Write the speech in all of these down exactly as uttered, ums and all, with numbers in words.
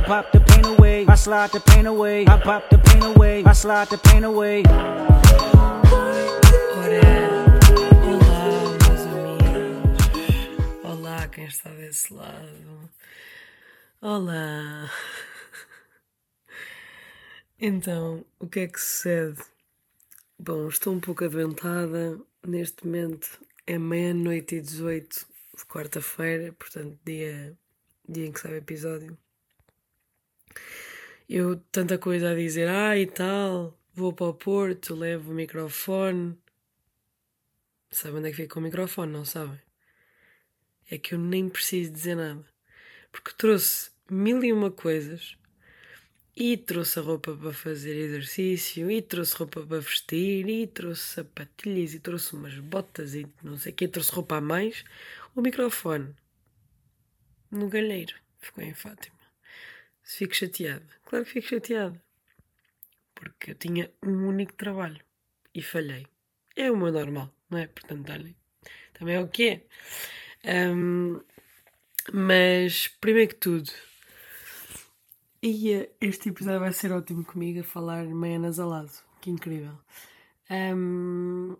pop the pain away, I slide the pain away, I pop the pain away, I slide the pain away. Olá, meus amigos. Olá, quem está desse lado. Olá. Então, o que é que sucede? Bom, estou um pouco adoentada. Neste momento é meia-noite e dezoito de quarta-feira, portanto, dia, dia em que sai o episódio. Eu, tanta coisa a dizer, ah, e tal, vou para o Porto, levo o microfone. Sabem onde é que fica o microfone, não sabem? É que eu nem preciso dizer nada. Porque trouxe mil e uma coisas. E trouxe a roupa para fazer exercício, e trouxe roupa para vestir, e trouxe sapatilhas, e trouxe umas botas, e não sei o quê. Trouxe roupa a mais. O microfone no galheiro. Ficou em Fátima. Se fico chateada. Claro que fico chateada. Porque eu tinha um único trabalho. E falhei. É o meu normal, não é? Portanto, olhem. Também é o que é. Um, mas, primeiro que tudo... E este episódio vai ser ótimo comigo a falar meio nasalado. Que incrível. Um,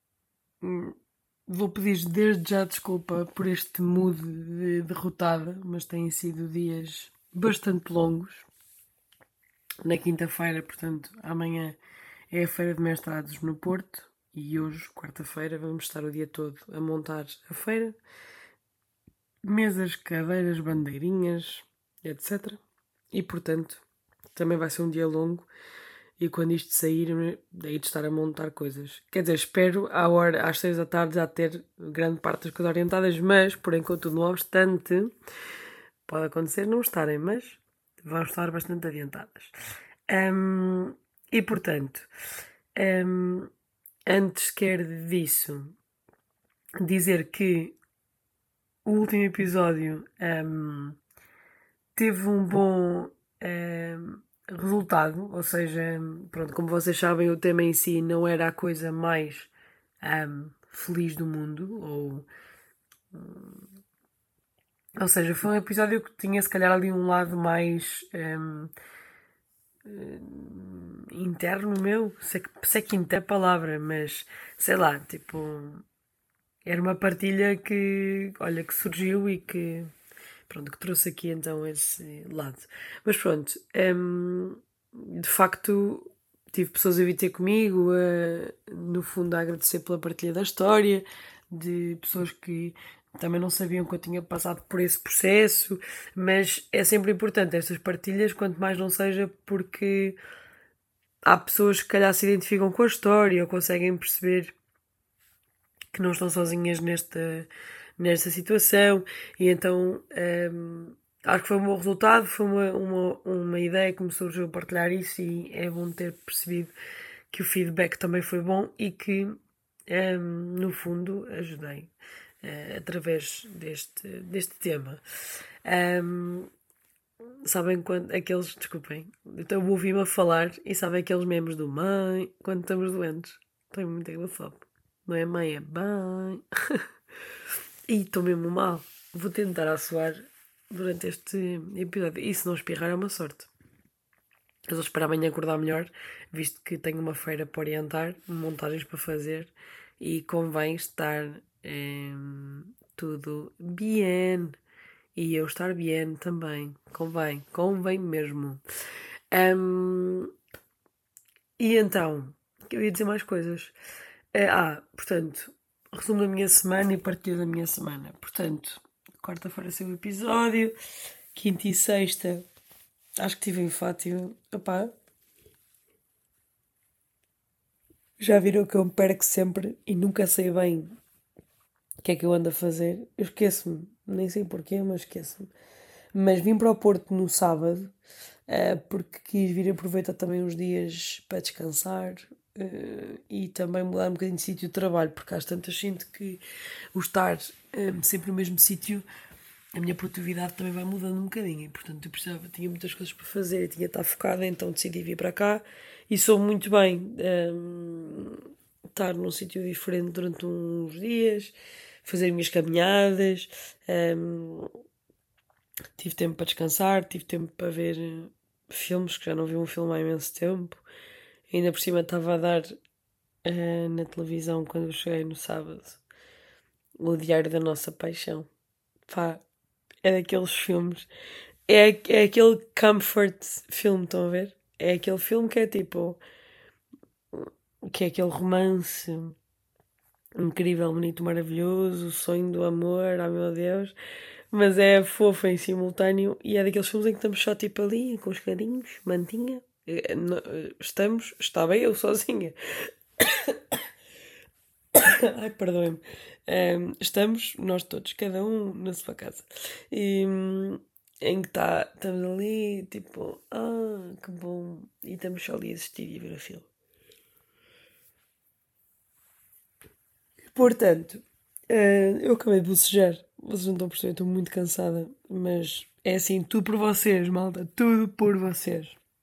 vou pedir desde já desculpa por este mood de derrotada, mas têm sido dias bastante longos. Na quinta-feira, portanto, amanhã é a Feira de Mestrados no Porto e hoje, quarta-feira, vamos estar o dia todo a montar a feira. Mesas, cadeiras, bandeirinhas, etcétera. E, portanto, também vai ser um dia longo e quando isto sair, daí de estar a montar coisas. Quer dizer, espero à hora, às seis da tarde já ter grande parte das coisas orientadas, mas, por enquanto, não obstante, pode acontecer não estarem, mas vão estar bastante adiantadas. Um, e, portanto, um, antes quer disso, dizer que o último episódio... Um, teve um bom um, resultado, ou seja, pronto, como vocês sabem, o tema em si não era a coisa mais um, feliz do mundo, ou, um, ou seja, foi um episódio que tinha se calhar ali um lado mais um, um, interno meu, sei que, sei que interna a palavra, mas sei lá, tipo, era uma partilha que, olha, que surgiu e que pronto, que trouxe aqui então esse lado. Mas pronto, hum, de facto tive pessoas a vir ter comigo, a, no fundo a agradecer pela partilha da história, de pessoas que também não sabiam que eu tinha passado por esse processo, mas é sempre importante estas partilhas, quanto mais não seja porque há pessoas que calhar se identificam com a história ou conseguem perceber que não estão sozinhas nesta nesta situação, e então um, acho que foi um bom resultado, foi uma, uma, uma ideia que me surgiu a partilhar isso e é bom ter percebido que o feedback também foi bom e que um, no fundo ajudei uh, através deste, deste tema. Um, sabem quando aqueles, desculpem, então ouvi-me a falar e sabem aqueles memes do mãe, quando estamos doentes, tenho muito engraçado, não é mãe, é bem. E estou mesmo mal. Vou tentar assoar durante este episódio. E se não espirrar é uma sorte. Eu vou esperar amanhã acordar melhor, visto que tenho uma feira para orientar, montagens para fazer e convém estar hum, tudo bien. E eu estar bien também. Convém. Convém mesmo. Um, e então, eu ia dizer mais coisas. Ah, portanto... resumo da minha semana e partilha da minha semana. Portanto, quarta-feira saiu o episódio, quinta e sexta acho que estive em Fátima. Opá, já viram que eu me perco sempre e nunca sei bem o que é que eu ando a fazer. Eu esqueço-me, nem sei porquê, mas esqueço-me. Mas vim para o Porto no sábado, porque quis vir aproveitar também uns dias para descansar. Uh, e também mudar um bocadinho de sítio de trabalho, porque às tantas sinto que o estar um, sempre no mesmo sítio, a minha produtividade também vai mudando um bocadinho e portanto eu precisava, tinha muitas coisas para fazer, eu tinha de estar focada, então decidi vir para cá e soube muito bem um, estar num sítio diferente durante uns dias, fazer minhas caminhadas, um, Tive tempo para descansar, tive tempo para ver eh, filmes, que já não vi um filme há imenso tempo. Ainda por cima estava a dar eh, na televisão, quando eu cheguei no sábado, o Diário da Nossa Paixão. Pá, é daqueles filmes. É, é aquele comfort filme, estão a ver? É aquele filme que é tipo. Que é aquele romance incrível, bonito, maravilhoso, o sonho do amor, ai meu Deus. Mas é fofo em simultâneo e é daqueles filmes em que estamos só tipo ali, com os carinhos, mantinha. Eh, no- eh, Estamos, estava eu sozinha. Ai, perdoem-me. Ehm, estamos, nós todos, cada um na sua casa. E hum, em que tá, estamos ali, tipo, ah, que bom. E estamos só ali a assistir e a ver o filme. Portanto, eh, eu acabei de bocejar. Vocês não estão a perceber, estou muito cansada. Mas é assim, tudo por vocês, malta. Tudo por vocês.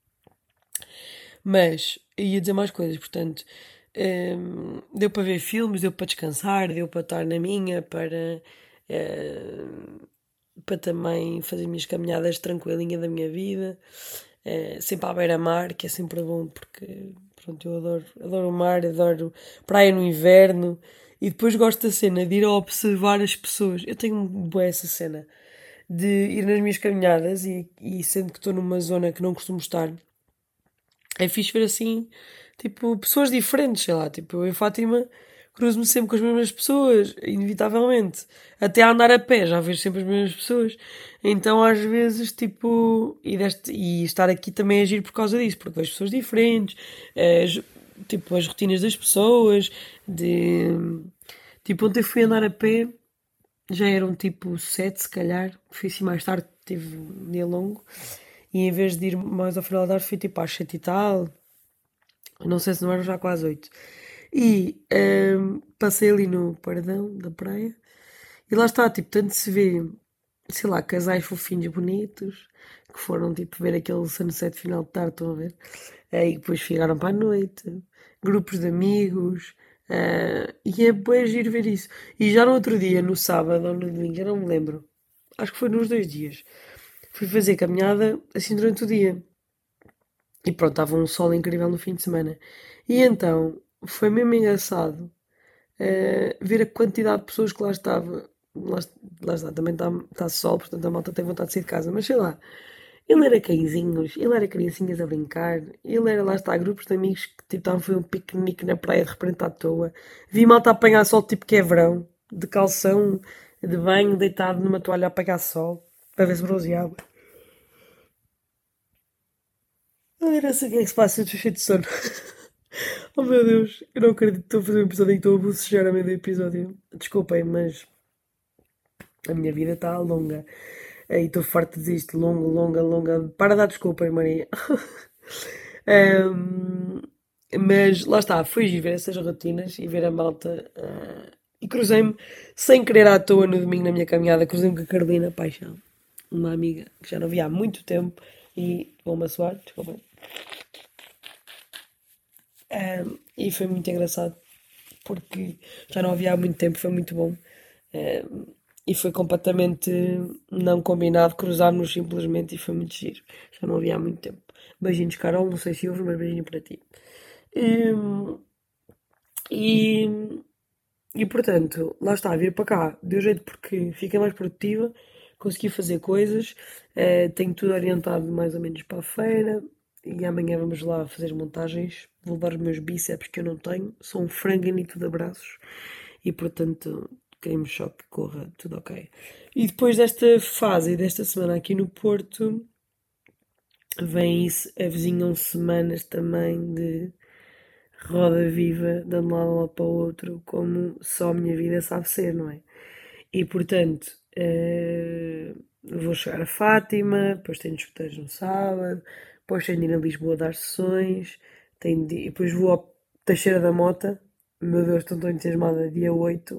Mas ia dizer mais coisas, portanto, hum, deu para ver filmes, deu para descansar, deu para estar na minha, para, hum, para também fazer minhas caminhadas tranquilinha da minha vida, eh, sempre à beira-mar, que é sempre bom, porque pronto, eu adoro, adoro o mar, adoro praia no inverno, e depois gosto da cena de ir a observar as pessoas. Eu tenho boa essa cena de ir nas minhas caminhadas e, e sendo que estou numa zona que não costumo estar. É fixe ver assim, tipo, pessoas diferentes, sei lá. Tipo, eu em Fátima cruzo-me sempre com as mesmas pessoas, inevitavelmente. Até a andar a pé, já vejo sempre as mesmas pessoas. Então, às vezes, tipo, e, deste, e estar aqui também é agir por causa disso, porque vejo pessoas diferentes, as, tipo, as rotinas das pessoas, de. Tipo, ontem fui andar a pé, já eram tipo sete, se calhar. Fui assim mais tarde, tive um dia longo. E em vez de ir mais ao final da tarde, fui tipo às sete e tal. Não sei se não eram já quase oito. E ehm, passei ali no paradão da praia. E lá está, tipo, tanto se vê, sei lá, casais fofinhos bonitos que foram tipo ver aquele sunset final de tarde, estão a ver? Aí depois ficaram para a noite, grupos de amigos. eh, e é depois ir ver isso. E já no outro dia, no sábado ou no domingo, já não me lembro. Acho que foi nos dois dias. Fui fazer caminhada assim durante o dia. E pronto, estava um sol incrível no fim de semana. E então foi mesmo engraçado eh, ver a quantidade de pessoas que lá estava. Lá, lá está, também está tá sol, portanto a malta tem vontade de sair de casa, mas sei lá. Ele era cãezinhos, ele era criancinhas a brincar, ele era lá está, grupos de amigos que tipo, estavam a fazer um piquenique na praia de repente à toa. Vi malta a apanhar sol tipo que é verão, de calção, de banho, deitado numa toalha a apanhar sol, para ver se bronzeava. Ai, não sei o que é que se passa, eu estou cheio de sono. Oh meu Deus, eu não acredito que estou a fazer um episódio em que estou a bocejar a meio do episódio. Desculpem, mas a minha vida está longa. E estou farto disto, longo, longa, longa. Para dar desculpas, Maria. Ahm, mas lá está, fui ver essas rotinas e ver a malta. ah, e cruzei-me, sem querer à toa, no domingo na minha caminhada, cruzei-me com a Carolina Paixão, uma amiga que já não via há muito tempo. E vou-me a suar, desculpem. Ahm, e foi muito engraçado porque já não havia há muito tempo, foi muito bom. Ahm, e foi completamente não combinado, cruzámos simplesmente e foi muito giro. Já não havia há muito tempo. Beijinhos, Carol, não sei se ouves, mas beijinho para ti. Ahm, e, e portanto, lá está, vir para cá, deu jeito porque fiquei mais produtiva, consegui fazer coisas, eh, tenho tudo orientado mais ou menos para a feira e amanhã vamos lá fazer montagens. Vou levar os meus bíceps que eu não tenho, sou um franganito de abraços e portanto queremos só que corra tudo ok. E depois desta fase e desta semana aqui no Porto, vem isso, avizinham semanas também de roda viva, de um lado lá para o outro, como só a minha vida sabe ser, não é? E portanto, eh, vou chegar a Fátima, depois tenho escuteiros no sábado, depois tenho de ir a Lisboa dar sessões, tenho de, e depois vou ao Teixeira da Mota, meu Deus, estou tão entusiasmada, dia oito.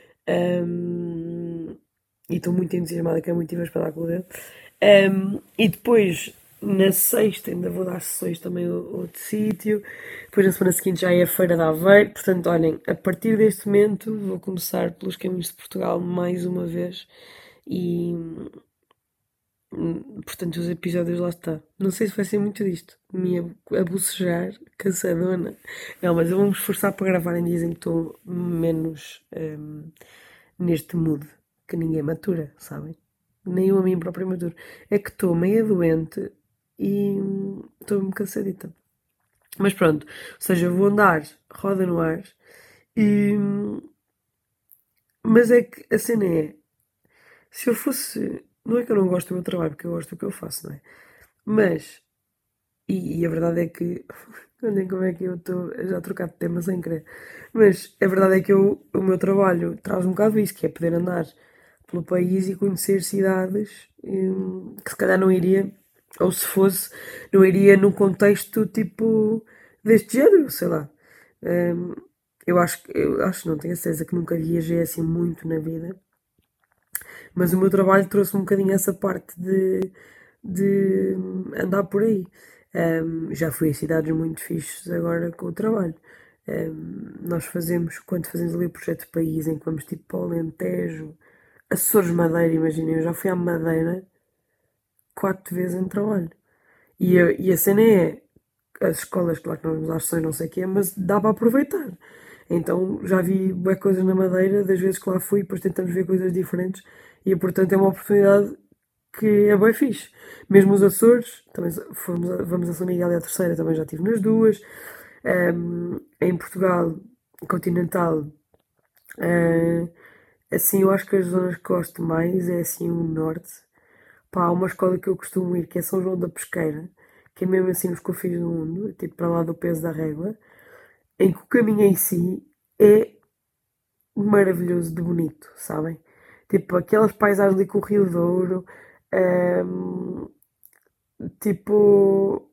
Ahm, e estou muito entusiasmada, quero muito ir ao espetáculo dele. Ahm, e depois, na sexta, ainda vou dar sessões também a outro sítio. Depois, na semana seguinte, já é a Feira de Aveiro. Portanto, olhem, a partir deste momento, vou começar pelos caminhos de Portugal mais uma vez. E, Hum, Portanto, os episódios lá está. Não sei se vai ser muito disto. Me a, a bocejar, cansadona. Não, mas eu vou me esforçar para gravar em dias em que estou menos hum, neste mood. Que ninguém matura, sabem? Nem eu a mim própria maturo. É que estou meio doente e hum, estou-me cansadita. Mas pronto, ou seja, vou andar, roda no ar e. hum, Mas é que a cena é. Se eu fosse. Não é que eu não gosto do meu trabalho, porque eu gosto do que eu faço, não é? Mas. E, e a verdade é que. Olhem como é que eu estou a já trocar de tema sem querer. Mas a verdade é que eu, o meu trabalho traz um bocado isso, que é poder andar pelo país e conhecer cidades hum, que se calhar não iria, ou se fosse, não iria num contexto tipo deste género, sei lá. Hum, eu acho que, eu acho, não tenho a certeza que nunca viajei assim muito na vida, mas o meu trabalho trouxe um bocadinho essa parte de, de andar por aí. Um, já fui a cidades muito fixes agora com o trabalho. Um, nós fazemos, quando fazemos ali o projeto de país, em que vamos tipo para o Alentejo, Açores Madeira, imaginem, eu já fui à Madeira quatro vezes em trabalho. E a, e a cena é, as escolas, claro que nós vamos às sessões, não sei o quê, mas dá para aproveitar. Então já vi bué coisas na Madeira, das vezes que lá fui, depois tentamos ver coisas diferentes e portanto é uma oportunidade que é bem fixe. Mesmo os Açores, também fomos a- vamos a São Miguel e a Terceira, também já estive nas duas. Ahm, em Portugal, continental, ah, assim, eu acho que as zonas que gosto mais é assim o norte. Pá, há uma escola que eu costumo ir, que é São João da Pesqueira, que é mesmo assim nos confins do mundo, tipo para lá do peso da régua, em que o caminho em si é maravilhoso de bonito, sabem? Tipo, aquelas paisagens ali com o Rio Douro, ahm, tipo,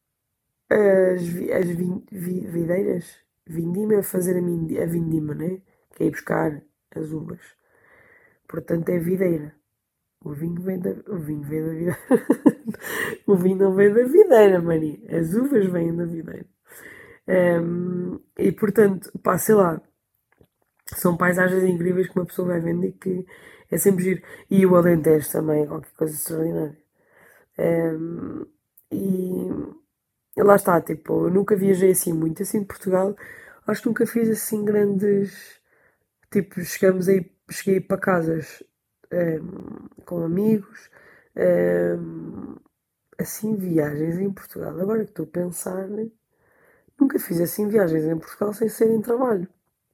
as, vi- as vin- vi- videiras, vindima é fazer a, mindi- a vindima, né? Que é ir buscar as uvas. Portanto, é videira. O vinho vem da, o vinho vem da videira. O vinho não vem da videira, Maria. As uvas vêm da videira. Ahm, e portanto, pá, sei lá, são paisagens incríveis que uma pessoa vai vendo e que é sempre giro. E o Alentejo também é qualquer coisa extraordinária. Ahm, e lá está, tipo, eu nunca viajei assim muito, assim de Portugal. Acho que nunca fiz assim grandes. Tipo, chegamos aí, cheguei para casas ahm, com amigos. ahm, assim, viagens em Portugal. Agora que estou a pensar, né, nunca fiz assim viagens em Portugal sem ser em trabalho.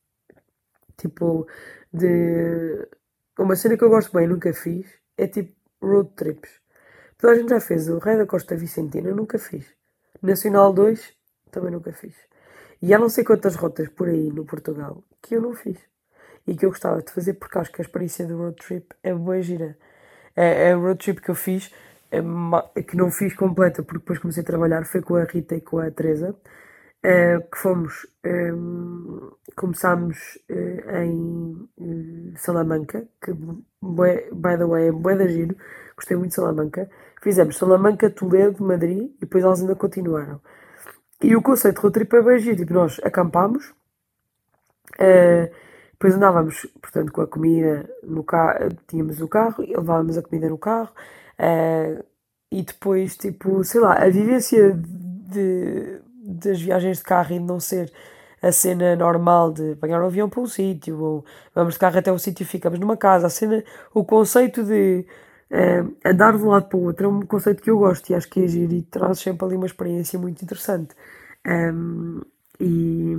Tipo, de. Uma cena que eu gosto bem, nunca fiz, é tipo road trips. Toda a gente já fez o Rei da Costa Vicentina, eu nunca fiz. Nacional dois também nunca fiz. E há não sei quantas rotas por aí no Portugal que eu não fiz. E que eu gostava de fazer porque acho que a experiência do road trip é boa gira. É, é o road trip que eu fiz, é ma- que não fiz completa porque depois comecei a trabalhar, foi com a Rita e com a Teresa. eh, que fomos, ehm, começámos eh, em eh, Salamanca, que bué- by the way é bué da giro, gostei muito de Salamanca. Fizemos Salamanca, Toledo, Madrid e depois elas ainda continuaram. E o conceito de road trip é bem giro, tipo, nós acampámos, eh, depois andávamos, portanto, com a comida no carro, tínhamos o carro e levávamos a comida no carro, eh, e depois, tipo, sei lá, a vivência de, das viagens de carro e de não ser a cena normal de apanhar um avião para um sítio, ou vamos de carro até um sítio e ficamos numa casa, a cena, o conceito de eh, andar de um lado para o outro é um conceito que eu gosto e acho que é giro e traz sempre ali uma experiência muito interessante. Ehm, e,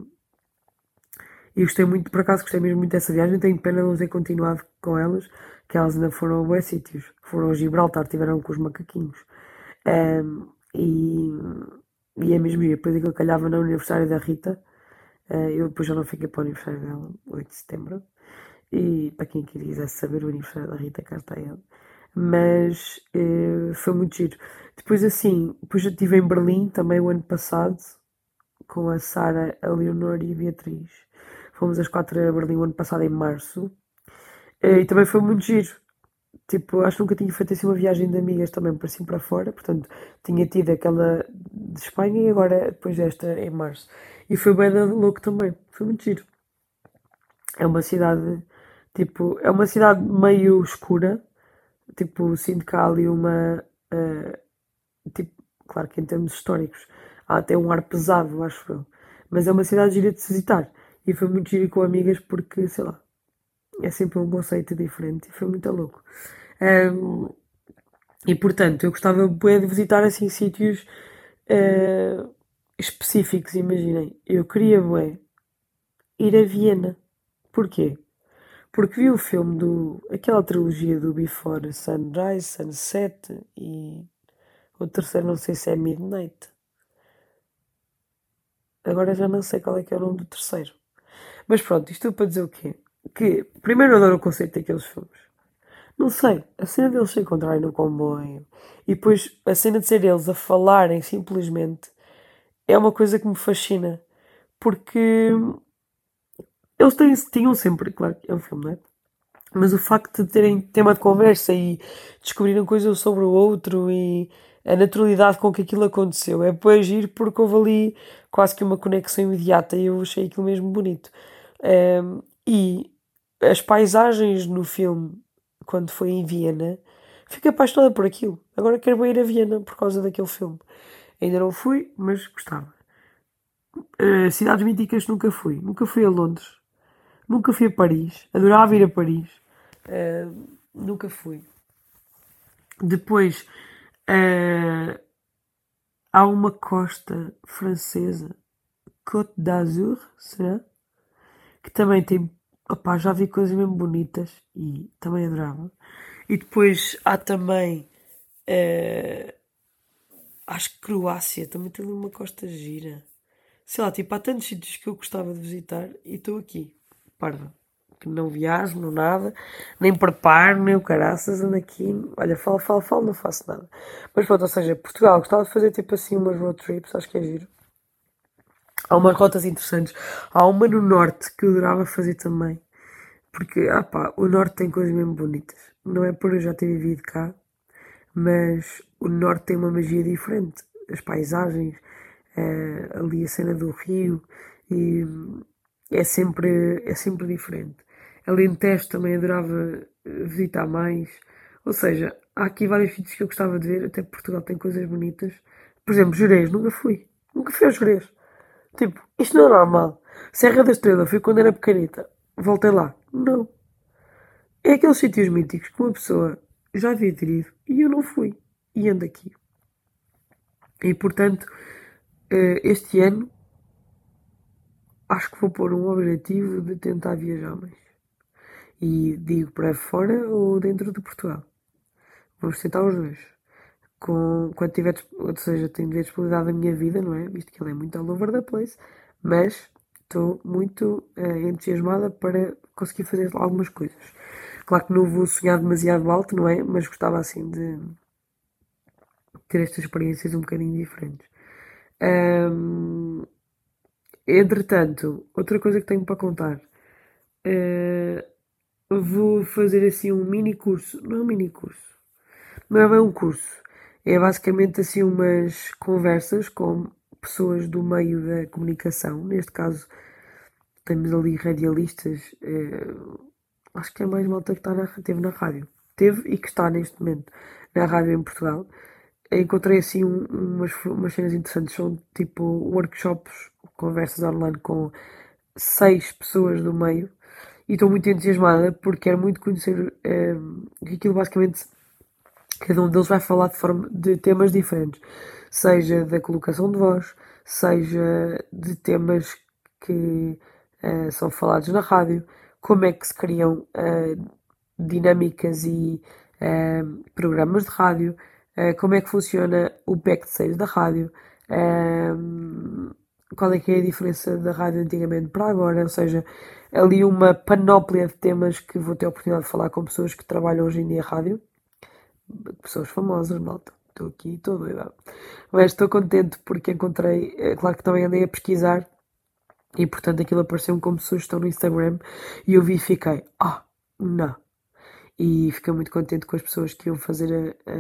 e gostei muito, por acaso, gostei mesmo muito dessa viagem. Tenho pena de não ter continuado com elas, que elas ainda foram a bué sítios. Foram a Gibraltar, tiveram com os macaquinhos. Ahm, e, e é mesmo giro. Depois aquilo calhava no aniversário da Rita. Ah, eu depois já não fiquei para o aniversário dela, oito de setembro. E para quem quisesse saber o aniversário da Rita, cá está ele. Mas eh, foi muito giro. Depois assim, depois eu estive em Berlim também o ano passado, com a Sara, a Leonor e a Beatriz. Fomos as quatro a Berlim o ano passado, em março. Eh, E também foi muito giro. Tipo, acho que nunca tinha feito assim uma viagem de amigas também para assim para fora. Portanto, tinha tido aquela de Espanha e agora depois desta em março. E foi bem da louco também. Foi muito giro. É uma cidade, tipo, é uma cidade meio escura. tipo, sinto que há ali uma. eh, tipo, claro que em termos históricos há até um ar pesado, acho eu. Mas é uma cidade gira de se visitar. E foi muito giro com amigas porque, sei lá, é sempre um conceito diferente e foi muito louco. Ahm, e portanto, eu gostava bué de visitar assim sítios eh, específicos, imaginem. Eu queria bué ir a Viena. Porquê? Porque vi o filme do. Aquela trilogia do Before Sunrise, Sunset e o terceiro não sei se é Midnight. Agora já não sei qual é que é o nome do terceiro. Mas pronto, isto tudo para dizer o quê? Que primeiro eu adoro o conceito daqueles filmes. Não sei, a cena deles se encontrarem no comboio e depois a cena de ser eles a falarem simplesmente é uma coisa que me fascina. Porque eles têm, tinham sempre, claro que é um filme, não é? Mas o facto de terem tema de conversa e descobrirem coisas sobre o outro e a naturalidade com que aquilo aconteceu é para agir porque houve ali quase que uma conexão imediata e eu achei aquilo mesmo bonito. Ehm, e as paisagens no filme, quando foi em Viena, fiquei apaixonada por aquilo. Agora quero bem ir a Viena por causa daquele filme. Ainda não fui, mas gostava. Eh, cidades míticas nunca fui. Nunca fui a Londres. Nunca fui a Paris. Adorava ir a Paris. Eh, nunca fui. Depois, eh, há uma costa francesa, Côte d'Azur, será? Que também tem. Opá, já vi coisas mesmo bonitas e também adorava. E depois há também. eh, acho que Croácia também tem ali uma costa gira. Sei lá, tipo, há tantos sítios que eu gostava de visitar e estou aqui, parva. Que não viajo, não nada, nem preparo, nem o caraças, ando aqui. Olha, falo, falo, falo, não faço nada. Mas pronto, ou seja, Portugal, gostava de fazer tipo assim umas road trips, acho que é giro. Há umas rotas interessantes. Há uma no norte que eu adorava fazer também. Porque, ah pá, o norte tem coisas mesmo bonitas. Não é por eu já ter vivido cá, mas o norte tem uma magia diferente. As paisagens, eh, ali a cena do rio, e é sempre, é sempre diferente. Alentejo também adorava eh, visitar mais. Ou seja, há aqui vários sítios que eu gostava de ver, até Portugal tem coisas bonitas. Por exemplo, Jerez, nunca fui. Nunca fui ao Jerez. Tipo, isto não é normal. Serra da Estrela, fui quando era pequenita. Voltei lá. Não. É aqueles sítios míticos que uma pessoa já havia ter ido e eu não fui. E ando aqui. E portanto, eh, este ano acho que vou pôr um objetivo de tentar viajar mais. E digo para fora ou dentro de Portugal. Vamos tentar os dois. Com, quando tiver, dis- ou seja, tenho de ver disponibilidade da minha vida, não é? Visto que ele é muito all over the place. Mas estou muito eh, entusiasmada para conseguir fazer algumas coisas. Claro que não vou sonhar demasiado alto, não é? Mas gostava assim de ter estas experiências um bocadinho diferentes. Ahm, entretanto, outra coisa que tenho para contar. eh, vou fazer assim um mini curso. Não é um mini curso. Não é bem um curso. É basicamente assim umas conversas com pessoas do meio da comunicação. Neste caso, temos ali radialistas. eh, acho que é mais malta que está na, teve na rádio. Teve e que está neste momento na rádio em Portugal. Encontrei assim um- umas, umas cenas interessantes. São tipo workshops, conversas online com seis pessoas do meio. E estou muito entusiasmada porque quero muito conhecer eh, aquilo basicamente. Cada um deles vai falar de, forma, de temas diferentes, seja da colocação de voz, seja de temas que eh, são falados na rádio, como é que se criam eh, dinâmicas e eh, programas de rádio, eh, como é que funciona o backstage da rádio, eh, qual é que é a diferença da rádio antigamente para agora, ou seja, ali uma panóplia de temas que vou ter a oportunidade de falar com pessoas que trabalham hoje em dia rádio, pessoas famosas, malta. Estou aqui, estou doida. Mas estou contente porque encontrei, é claro que também andei a pesquisar e portanto aquilo apareceu como sugestão no Instagram e eu vi e fiquei, ah, não. E fiquei muito contente com as pessoas que iam fazer a,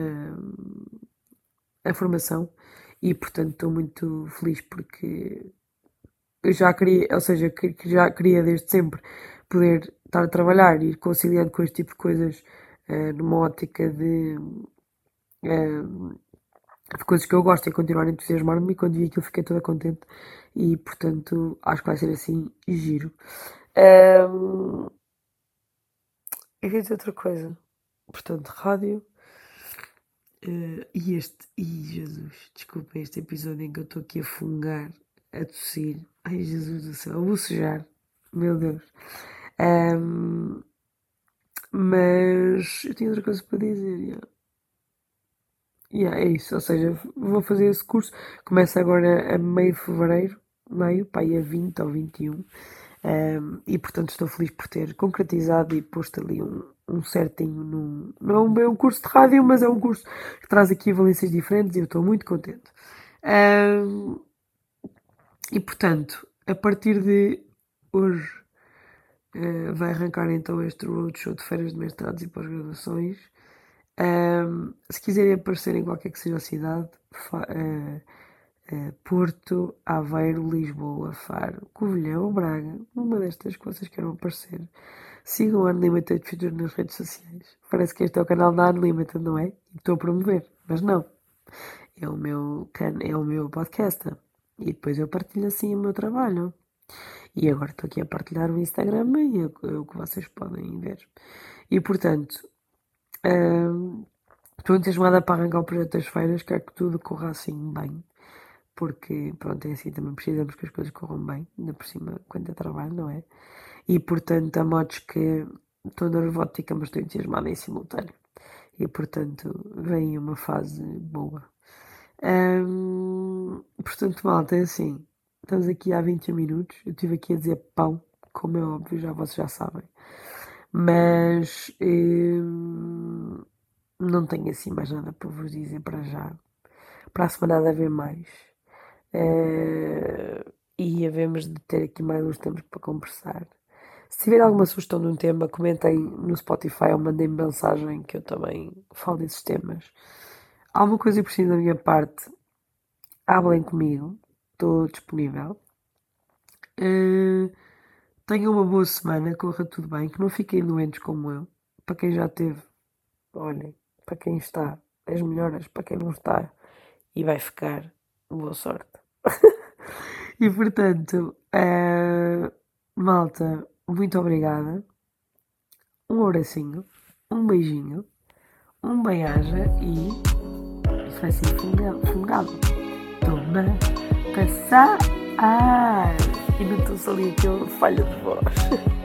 a, a formação e portanto estou muito feliz porque eu já queria, ou seja, que já queria desde sempre poder estar a trabalhar e ir conciliando com este tipo de coisas uh, numa ótica de, uh, de coisas que eu gosto e continuar a entusiasmar-me, e quando vi aquilo fiquei toda contente e, portanto, acho que vai ser assim giro. Um, e vi outra coisa, portanto, rádio. Uh, e este, e Jesus, desculpa, este episódio em que eu estou aqui a fungar, a tossir, ai Jesus do céu, a bocejar, meu Deus. Um, mas eu tinha outra coisa para dizer, yeah. Yeah, é isso, ou seja, vou fazer esse curso, começa agora a meio de fevereiro, meio, pá, a vinte ou vinte e um, um, e portanto estou feliz por ter concretizado e posto ali um, um certinho, num, não é bem um curso de rádio, mas é um curso que traz aqui valências diferentes e eu estou muito contente. Um, e portanto, a partir de hoje uh, vai arrancar então este roadshow de férias de mestrados e pós-graduações. Um, se quiserem aparecer em qualquer que seja a cidade, uh, uh, Porto, Aveiro, Lisboa, Faro, Covilhão, Braga, uma destas que vocês queiram aparecer, sigam a Unlimited Future nas redes sociais. Parece que este é o canal da Unlimited, não é? E estou a promover, mas não. É o meu, can, é o meu podcast. E depois eu partilho assim o meu trabalho. E agora estou aqui a partilhar o Instagram e é o que vocês podem ver. E portanto, Uh, estou entusiasmada para arrancar o projeto das feiras, quero que tudo corra assim bem, porque pronto, é assim, também precisamos que as coisas corram bem, ainda por cima quando é trabalho, não é? E portanto, a modos que estou nervótica, mas estou entusiasmada em simultâneo, e portanto vem uma fase boa. Um, portanto, malta, é assim, estamos aqui há vinte minutos, eu estive aqui a dizer pão, como é óbvio, já vocês já sabem. Mas hum, não tenho assim mais nada para vos dizer para já. Para a semana há de haver mais. Uh, e havemos de ter aqui mais uns tempos para conversar. Se tiver alguma sugestão de um tema, comentem no Spotify ou mandem-me mensagem que eu também falo desses temas. Alguma coisa precisa da minha parte, hablem comigo. Estou disponível. Uh, Tenham uma boa semana, corra tudo bem, que não fiquem doentes como eu. Para quem já teve, olhem, para quem está, as melhoras, para quem não está e vai ficar, boa sorte. E portanto, uh, malta, muito obrigada. Um abracinho, um beijinho, um bem-aja e isso vai ser fungado. Toma, passar. Ah, e não estou ali aquele falha de voz.